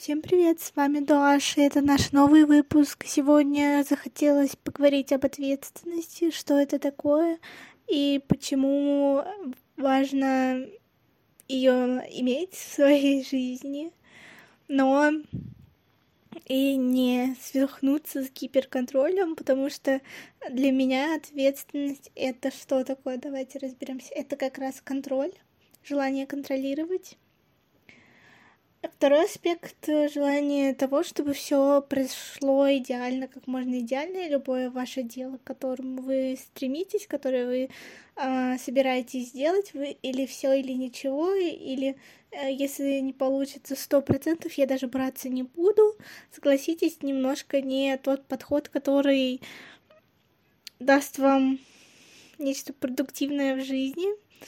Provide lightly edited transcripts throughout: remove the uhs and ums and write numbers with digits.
Всем привет, с вами Дуаша, это наш новый выпуск. Сегодня захотелось поговорить об ответственности, что это такое и почему важно ее иметь в своей жизни, но и не свихнуться с гиперконтролем, потому что для меня ответственность — это что такое? Давайте разберемся. Это как раз контроль, желание контролировать. Второй аспект — желание того, чтобы все прошло идеально, как можно идеально, и любое ваше дело, к которому вы стремитесь, которое вы собираетесь сделать, вы или все, или ничего, или если не получится 100%, я даже браться не буду. Согласитесь, немножко не тот подход, который даст вам нечто продуктивное в жизни.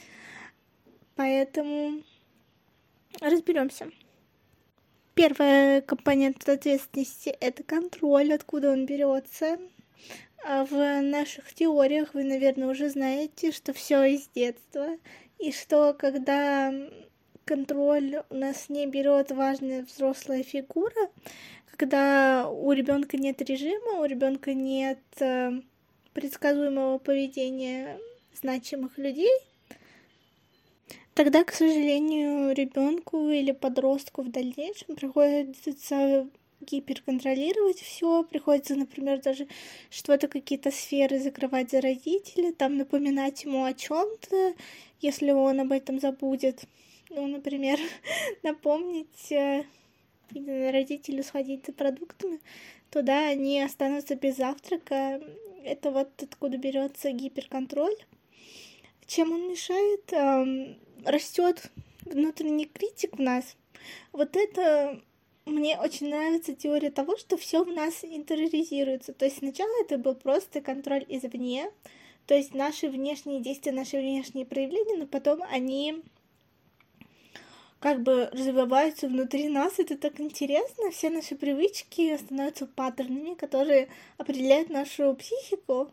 Поэтому разберемся. Первый компонент ответственности — это контроль, откуда он берется. В наших теориях вы, наверное, уже знаете, что все из детства, и что когда контроль у нас не берет важная взрослая фигура, когда у ребенка нет режима, у ребенка нет предсказуемого поведения значимых людей, тогда, к сожалению, ребенку или подростку в дальнейшем приходится гиперконтролировать все, приходится, например, даже что-то, какие-то сферы закрывать за родителя, там напоминать ему о чем-то, если он об этом забудет. Ну, например, напомнить родителю сходить за продуктами, то да, они останутся без завтрака. Это вот откуда берется гиперконтроль. Чем он мешает? Растет внутренний критик в нас. Вот это мне очень нравится теория того, что все в нас интериоризируется. То есть сначала это был просто контроль извне, то есть наши внешние действия, наши внешние проявления, но потом они как бы развиваются внутри нас. Это так интересно. Все наши привычки становятся паттернами, которые определяют нашу психику.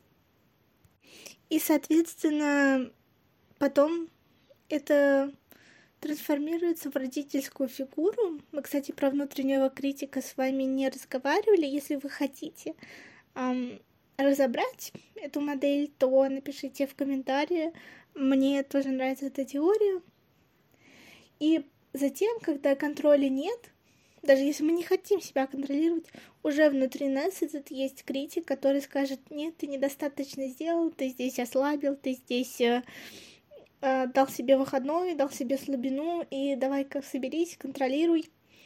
И, соответственно, потом это трансформируется в родительскую фигуру. Мы, кстати, про внутреннего критика с вами не разговаривали. Если вы хотите разобрать эту модель, то напишите в комментарии. Мне тоже нравится эта теория. И затем, когда контроля нет, даже если мы не хотим себя контролировать, уже внутри нас этот есть критик, который скажет: нет, ты недостаточно сделал, ты здесь ослабил, ты здесь дал себе выходной, дал себе слабину, и давай-ка соберись, контролируй.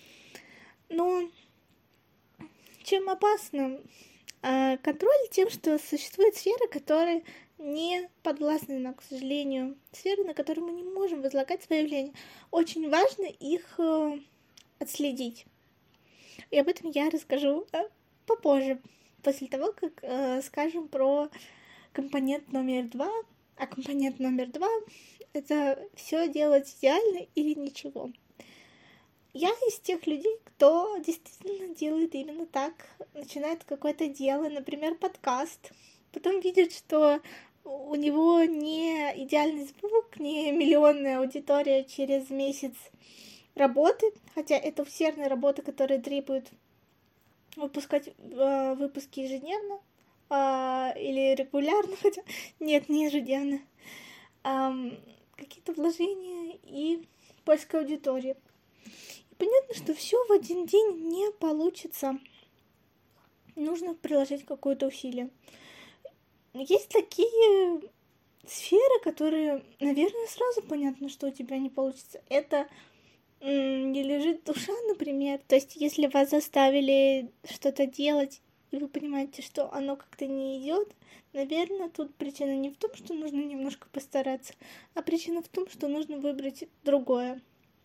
Но чем опасно контроль? Тем, что существуют сферы, которые не подвластны нам, к сожалению, сферы, на которые мы не можем возлагать свое влияние. Очень важно их отследить. И об этом я расскажу попозже, после того, как скажем про компонент номер 2. А компонент номер 2 — это все делать идеально или ничего. Я из тех людей, кто действительно делает именно так. Начинает какое-то дело, например, подкаст, потом видит, что у него не идеальный звук, не миллионная аудитория через месяц работы, хотя это усердная работа, которая требует выпускать выпуски ежедневно или регулярно, хотя нет, не ежедневно, какие-то вложения и поиск аудитории. И понятно, что все в один день не получится. Нужно приложить какое-то усилие. Есть такие сферы, которые, наверное, сразу понятно, что у тебя не получится. Это не лежит душа, например. То есть, если вас заставили что-то делать, и вы понимаете, что оно как-то не идет, наверное, тут причина не в том, что нужно немножко постараться, а причина в том, что нужно выбрать другое.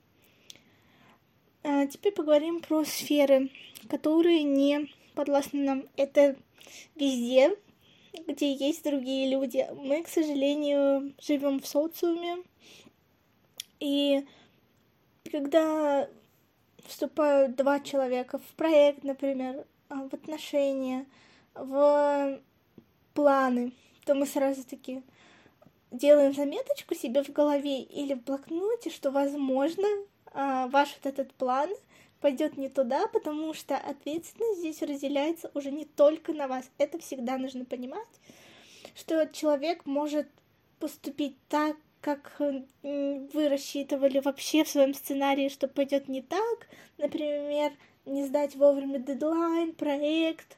Теперь поговорим про сферы, которые не подвластны нам. Это везде, где есть другие люди. Мы, к сожалению, живем в социуме, и когда вступают два человека в проект, например, в отношения, в планы, то мы сразу таки делаем заметочку себе в голове или в блокноте, что, возможно, ваш вот этот план пойдет не туда, потому что ответственность здесь разделяется уже не только на вас. Это всегда нужно понимать, что человек может поступить так, как вы рассчитывали вообще в своем сценарии, что пойдет не так. Например, не сдать вовремя дедлайн, проект.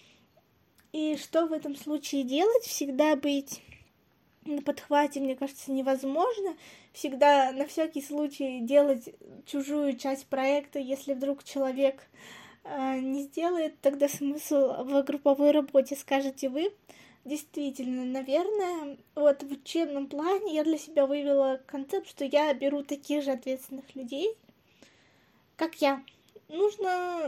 И что в этом случае делать? Всегда быть на подхвате, мне кажется, невозможно. Всегда на всякий случай делать чужую часть проекта, если вдруг человек не сделает, тогда смысл в групповой работе, скажете вы. Действительно, наверное, вот в учебном плане я для себя вывела концепт, что я беру таких же ответственных людей, как я. Нужно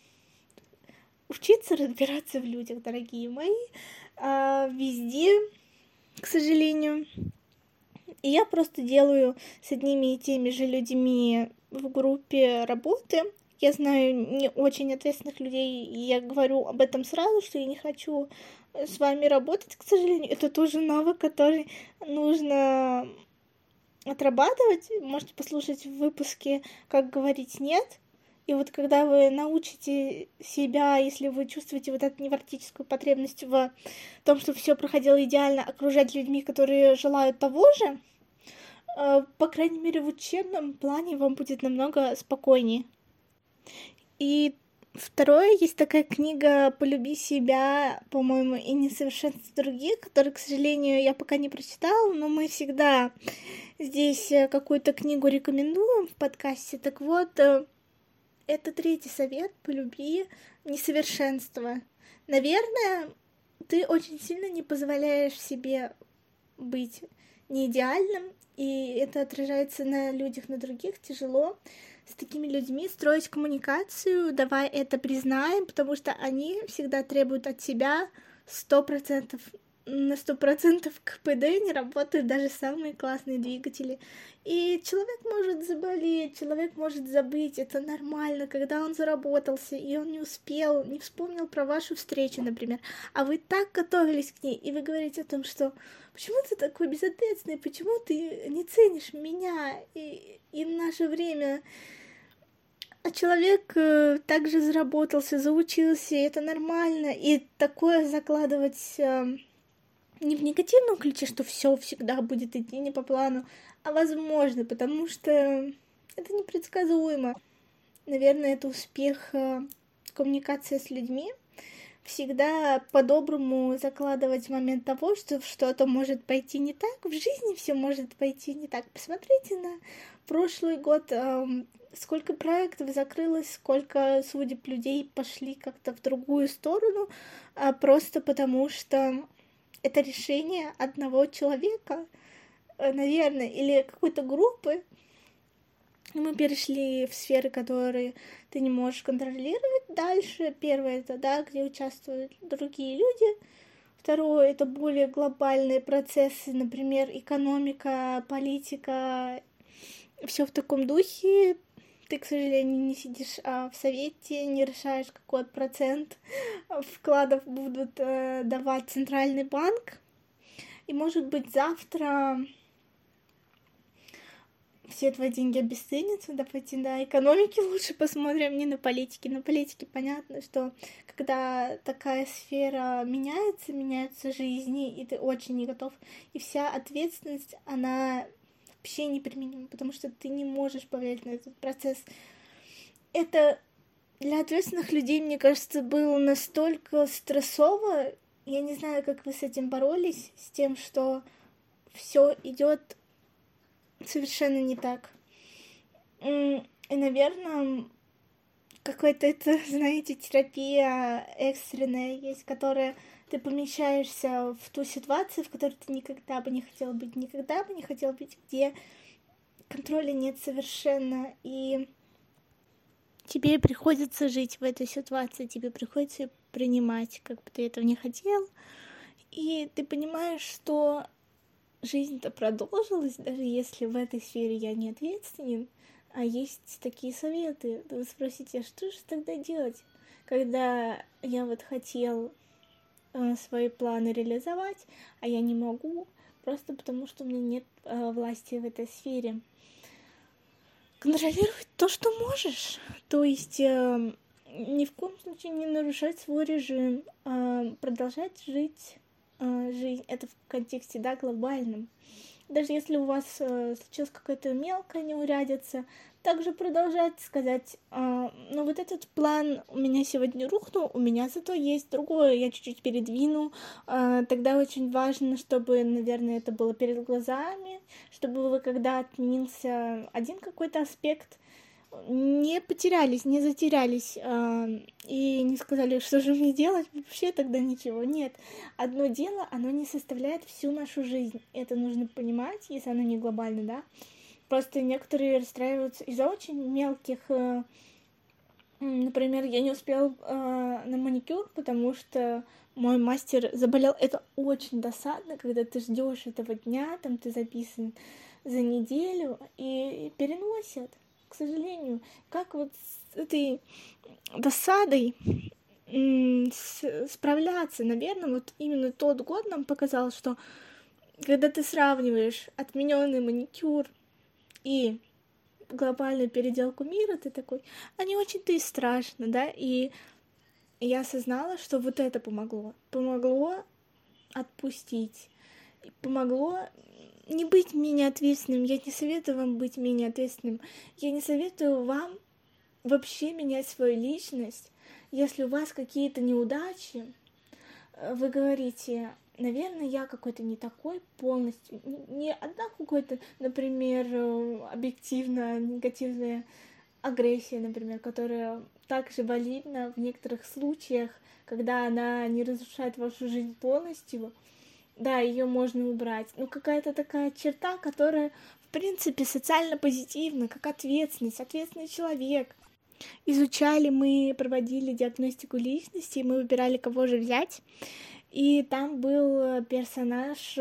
учиться разбираться в людях, дорогие мои, везде, к сожалению. И я просто делаю с одними и теми же людьми в группе работы. Я знаю не очень ответственных людей, и я говорю об этом сразу, что я не хочу с вами работать, к сожалению. Это тоже навык, который нужно отрабатывать. Можете послушать в выпуске «Как говорить нет». И вот когда вы научите себя, если вы чувствуете вот эту невротическую потребность в том, чтобы все проходило идеально, окружать людьми, которые желают того же, по крайней мере, в учебном плане вам будет намного спокойнее. И второе, есть такая книга «Полюби себя», по-моему, и «Несовершенство других», которую, к сожалению, я пока не прочитала, но мы всегда здесь какую-то книгу рекомендуем в подкасте. Так вот, это третий совет: полюби несовершенство. Наверное, ты очень сильно не позволяешь себе быть не идеальным, и это отражается на людях, на других. Тяжело с такими людьми строить коммуникацию, давай это признаем, потому что они всегда требуют от тебя 100%. На 100% КПД не работают даже самые классные двигатели. И человек может заболеть, человек может забыть, это нормально, когда он заработался, и он не успел, не вспомнил про вашу встречу, например, а вы так готовились к ней, и вы говорите о том, что почему ты такой безответственный, почему ты не ценишь меня и наше время. А человек также заработался, заучился, и это нормально, и такое закладывать не в негативном ключе, что все всегда будет идти не по плану, а возможно, потому что это непредсказуемо. Наверное, это успех коммуникации с людьми. Всегда по-доброму закладывать момент того, что что-то может пойти не так. В жизни все может пойти не так. Посмотрите на прошлый год, сколько проектов закрылось, сколько судеб людей пошли как-то в другую сторону, просто потому что это решение одного человека, наверное, или какой-то группы. Мы перешли в сферы, которые ты не можешь контролировать дальше. Первое — это, да, где участвуют другие люди. Второе — это более глобальные процессы, например, экономика, политика, все в таком духе. Ты, к сожалению, не сидишь в совете, не решаешь, какой процент вкладов будут давать Центральный банк. И, может быть, завтра все твои деньги обесценятся. Давайте на экономике лучше посмотрим, не на политике. На политике понятно, что когда такая сфера меняется, меняются жизни, и ты очень не готов, и вся ответственность, она вообще неприменима, потому что ты не можешь повлиять на этот процесс. Это для ответственных людей, мне кажется, было настолько стрессово. Я не знаю, как вы с этим боролись, с тем, что все идет совершенно не так. И, наверное, какая-то это, знаете, терапия экстренная есть, которая ты помещаешься в ту ситуацию, в которой ты никогда бы не хотел быть, где контроля нет совершенно, и тебе приходится жить в этой ситуации, тебе приходится ее принимать, как бы ты этого не хотел, и ты понимаешь, что жизнь-то продолжилась, даже если в этой сфере я не ответственен, а есть такие советы. Вы спросите, а что же тогда делать, когда я вот хотел свои планы реализовать, а я не могу, просто потому что у меня нет власти в этой сфере. контролировать то, что можешь. То есть ни в коем случае не нарушать свой режим, продолжать жить жизнь. Это в контексте, да, глобальном. Даже если у вас случилась какая-то мелкая неурядица, также продолжать сказать, ну вот этот план у меня сегодня рухнул, у меня зато есть другое, я чуть-чуть передвину. Тогда очень важно, чтобы, наверное, это было перед глазами, чтобы вы, когда отменился один какой-то аспект, не потерялись, не затерялись и не сказали, что же мне делать, вообще тогда ничего. Нет, одно дело, оно не составляет всю нашу жизнь. Это нужно понимать, если оно не глобально, да. Просто некоторые расстраиваются из-за очень мелких... Например, я не успела на маникюр, потому что мой мастер заболел. Это очень досадно, когда ты ждешь этого дня, там ты записан за неделю, и переносят, к сожалению. Как вот с этой досадой справляться? Наверное, вот именно тот год нам показал, что когда ты сравниваешь отмененный маникюр и глобальную переделку мира, ты такой, а не очень-то и страшно, да, и я осознала, что вот это помогло отпустить, помогло не быть менее ответственным. Я не советую вам быть менее ответственным, я не советую вам вообще менять свою личность. Если у вас какие-то неудачи, вы говорите, наверное, я какой-то не такой полностью, не одна какой-то, например, объективно негативная агрессия, например, которая также валидна в некоторых случаях, когда она не разрушает вашу жизнь полностью, да, ее можно убрать. Но какая-то такая черта, которая, в принципе, социально позитивна, как ответственность, ответственный человек. Изучали мы, проводили диагностику личности, мы выбирали, кого же взять. И там был персонаж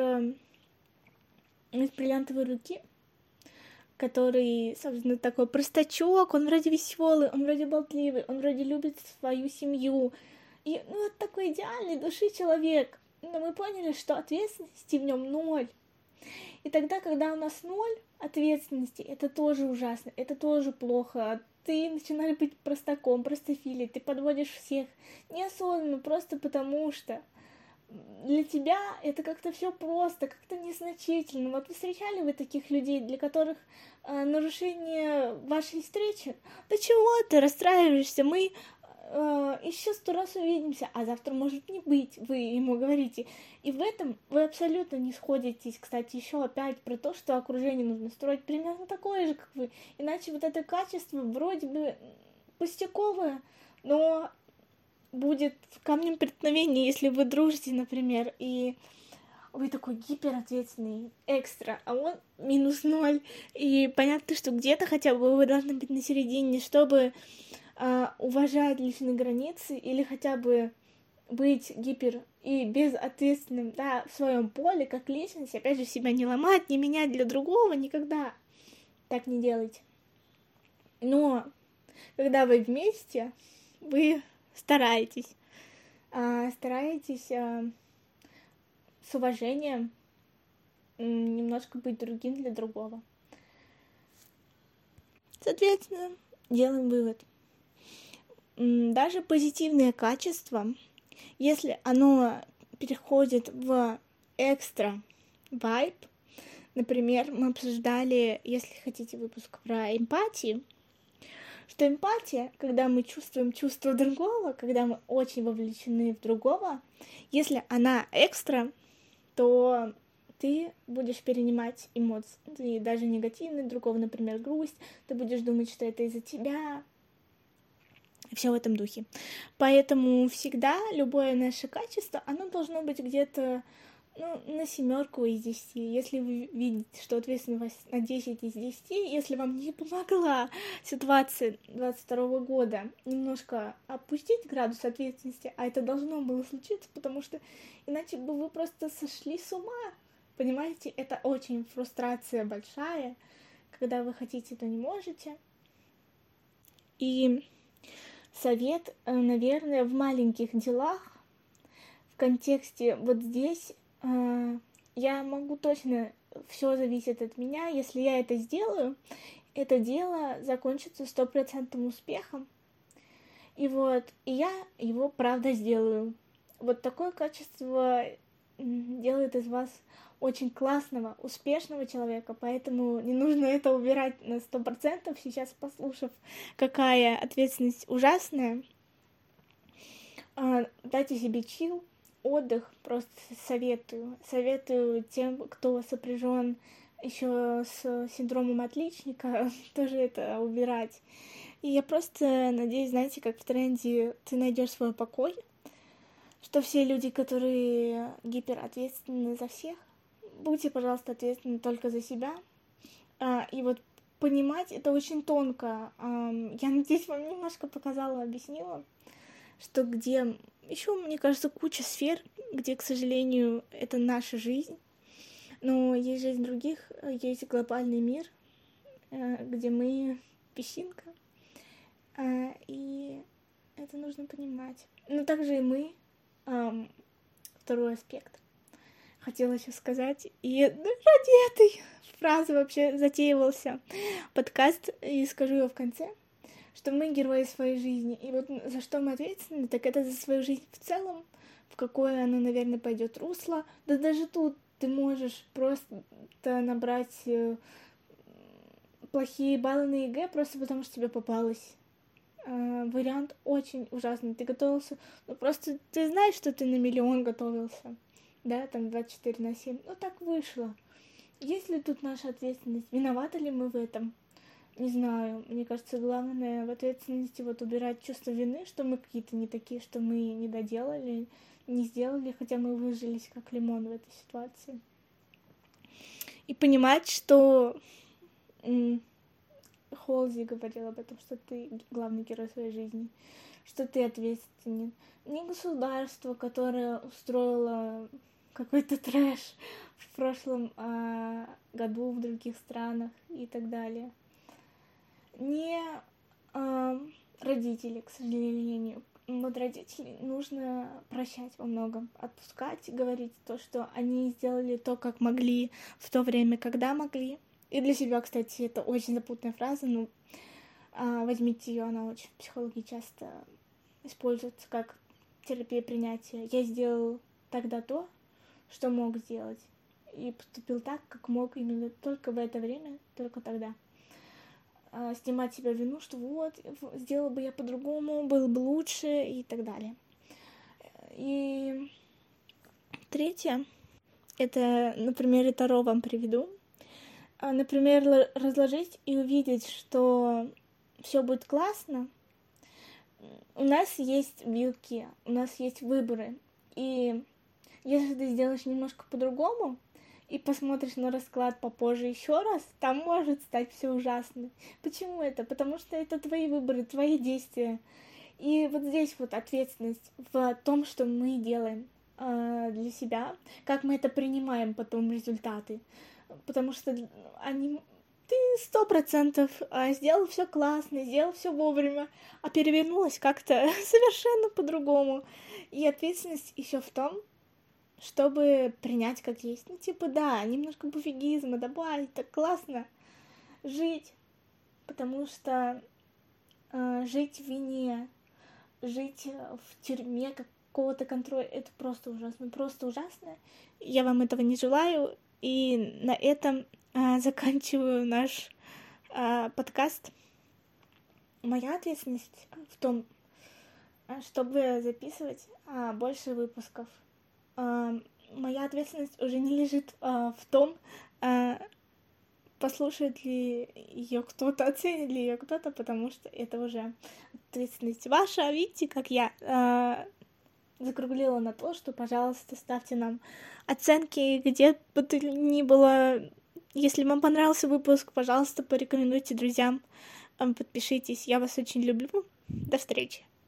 из «Бриллиантовой руки», который, собственно, такой простачок, он вроде веселый, он вроде болтливый, он вроде любит свою семью. И ну, вот такой идеальный души человек. Но мы поняли, что ответственности в нем ноль. И тогда, когда у нас ноль ответственности, это тоже ужасно, это тоже плохо. Ты начинаешь быть простаком, простофилей, ты подводишь всех неосознанно, просто потому что для тебя это как-то все просто, как-то незначительно. Вот вы встречали вы таких людей, для которых нарушение вашей встречи? Да чего ты расстраиваешься? Мы еще 100 раз увидимся, а завтра может не быть, вы ему говорите. И в этом вы абсолютно не сходитесь. Кстати, еще опять про то, что окружение нужно строить примерно такое же, как вы. Иначе вот это качество вроде бы пустяковое, но будет камнем преткновения, если вы дружите, например, и вы такой гиперответственный, экстра, а он минус ноль. И понятно, что где-то хотя бы вы должны быть на середине, чтобы уважать личные границы или хотя бы быть гипер и безответственным, да, в своем поле, как личность, опять же, себя не ломать, не менять для другого, никогда так не делайте. Но когда вы вместе, вы стараетесь с уважением немножко быть другим для другого. Соответственно, делаем вывод. Даже позитивное качество, если оно переходит в экстра вайб, например, мы обсуждали, если хотите, выпуск про эмпатию, что эмпатия, когда мы чувствуем чувство другого, когда мы очень вовлечены в другого, если она экстра, то ты будешь перенимать эмоции, даже негативные другого, например, грусть, ты будешь думать, что это из-за тебя, все в этом духе. Поэтому всегда любое наше качество, оно должно быть где-то на 7 из 10. Если вы видите, что ответственность на 10 из 10, если вам не помогла ситуация 22 года немножко опустить градус ответственности, а это должно было случиться, потому что иначе бы вы просто сошли с ума. Понимаете, это очень фрустрация большая, когда вы хотите, то не можете. И совет, наверное, в маленьких делах, в контексте вот здесь, я могу точно, все зависит от меня, если я это сделаю, это дело закончится 100% успехом. И я его правда сделаю. Вот такое качество делает из вас очень классного, успешного человека, поэтому не нужно это убирать на 100%. Сейчас, послушав, какая ответственность ужасная, дайте себе чил, отдых, просто советую тем, кто сопряжен еще с синдромом отличника, тоже это убирать. И я просто надеюсь, знаете, как в тренде, ты найдешь свой покой, что все люди, которые гиперответственны за всех, будьте, пожалуйста, ответственны только за себя. И вот понимать это очень тонко. Я надеюсь, вам немножко показала, объяснила, что где еще, мне кажется, куча сфер, где, к сожалению, это наша жизнь. Но есть жизнь других, есть глобальный мир, где мы песчинка. И это нужно понимать. Но также и мы. Второй аспект. Хотела еще сказать. И ради этой фразы вообще затеивался подкаст. И скажу ее в конце. Что мы герои своей жизни. И вот за что мы ответственны, так это за свою жизнь в целом. В какое она, наверное, пойдет русло. Да даже тут ты можешь просто набрать плохие баллы на ЕГЭ просто потому, что тебе попалось. Вариант очень ужасный. Ты готовился, просто ты знаешь, что ты на 1 миллион готовился, да, там 24/7. Так вышло. Есть ли тут наша ответственность? Виноваты ли мы в этом? Не знаю. Мне кажется, главное в ответственности убирать чувство вины, что мы какие-то не такие, что мы не доделали, не сделали, хотя мы выжились как лимон в этой ситуации. И понимать, что Холзи говорил об этом, что ты главный герой своей жизни, что ты ответственен. Не государство, которое устроило какой-то трэш в прошлом году в других странах и так далее. Не родители, к сожалению. Вот родителей нужно прощать во многом, отпускать, говорить то, что они сделали то, как могли, в то время, когда могли. И для себя, кстати, это очень запутанная фраза, но возьмите ее, она очень в психологии часто используется как терапия принятия. Я сделал тогда то, что мог сделать, и поступил так, как мог именно только в это время, только тогда. Снимать себя вину, что сделал бы я по-другому, было бы лучше и так далее. И третье, это, например, Таро вам приведу. Например, разложить и увидеть, что все будет классно. У нас есть вилки, у нас есть выборы. И если ты сделаешь немножко по-другому и посмотришь на расклад попозже еще раз, там может стать все ужасно. Почему это? Потому что это твои выборы, твои действия. И вот здесь ответственность в том, что мы делаем для себя, как мы это принимаем потом результаты. Потому что ты 100% сделал все классно, сделал все вовремя, а перевернулось как-то совершенно по-другому. И ответственность еще в том, чтобы принять как есть. Да, немножко пофигизма добавить, так классно жить. Потому что жить в вине, жить в тюрьме какого-то контроля, это просто ужасно. Я вам этого не желаю. И на этом заканчиваю наш подкаст. Моя ответственность в том, чтобы записывать больше выпусков. Моя ответственность уже не лежит в том, послушает ли ее кто-то, оценит ли ее кто-то, потому что это уже ответственность ваша. Видите, как я закруглила на то, что, пожалуйста, ставьте нам оценки, где бы то ни было. Если вам понравился выпуск, пожалуйста, порекомендуйте друзьям, подпишитесь. Я вас очень люблю. До встречи.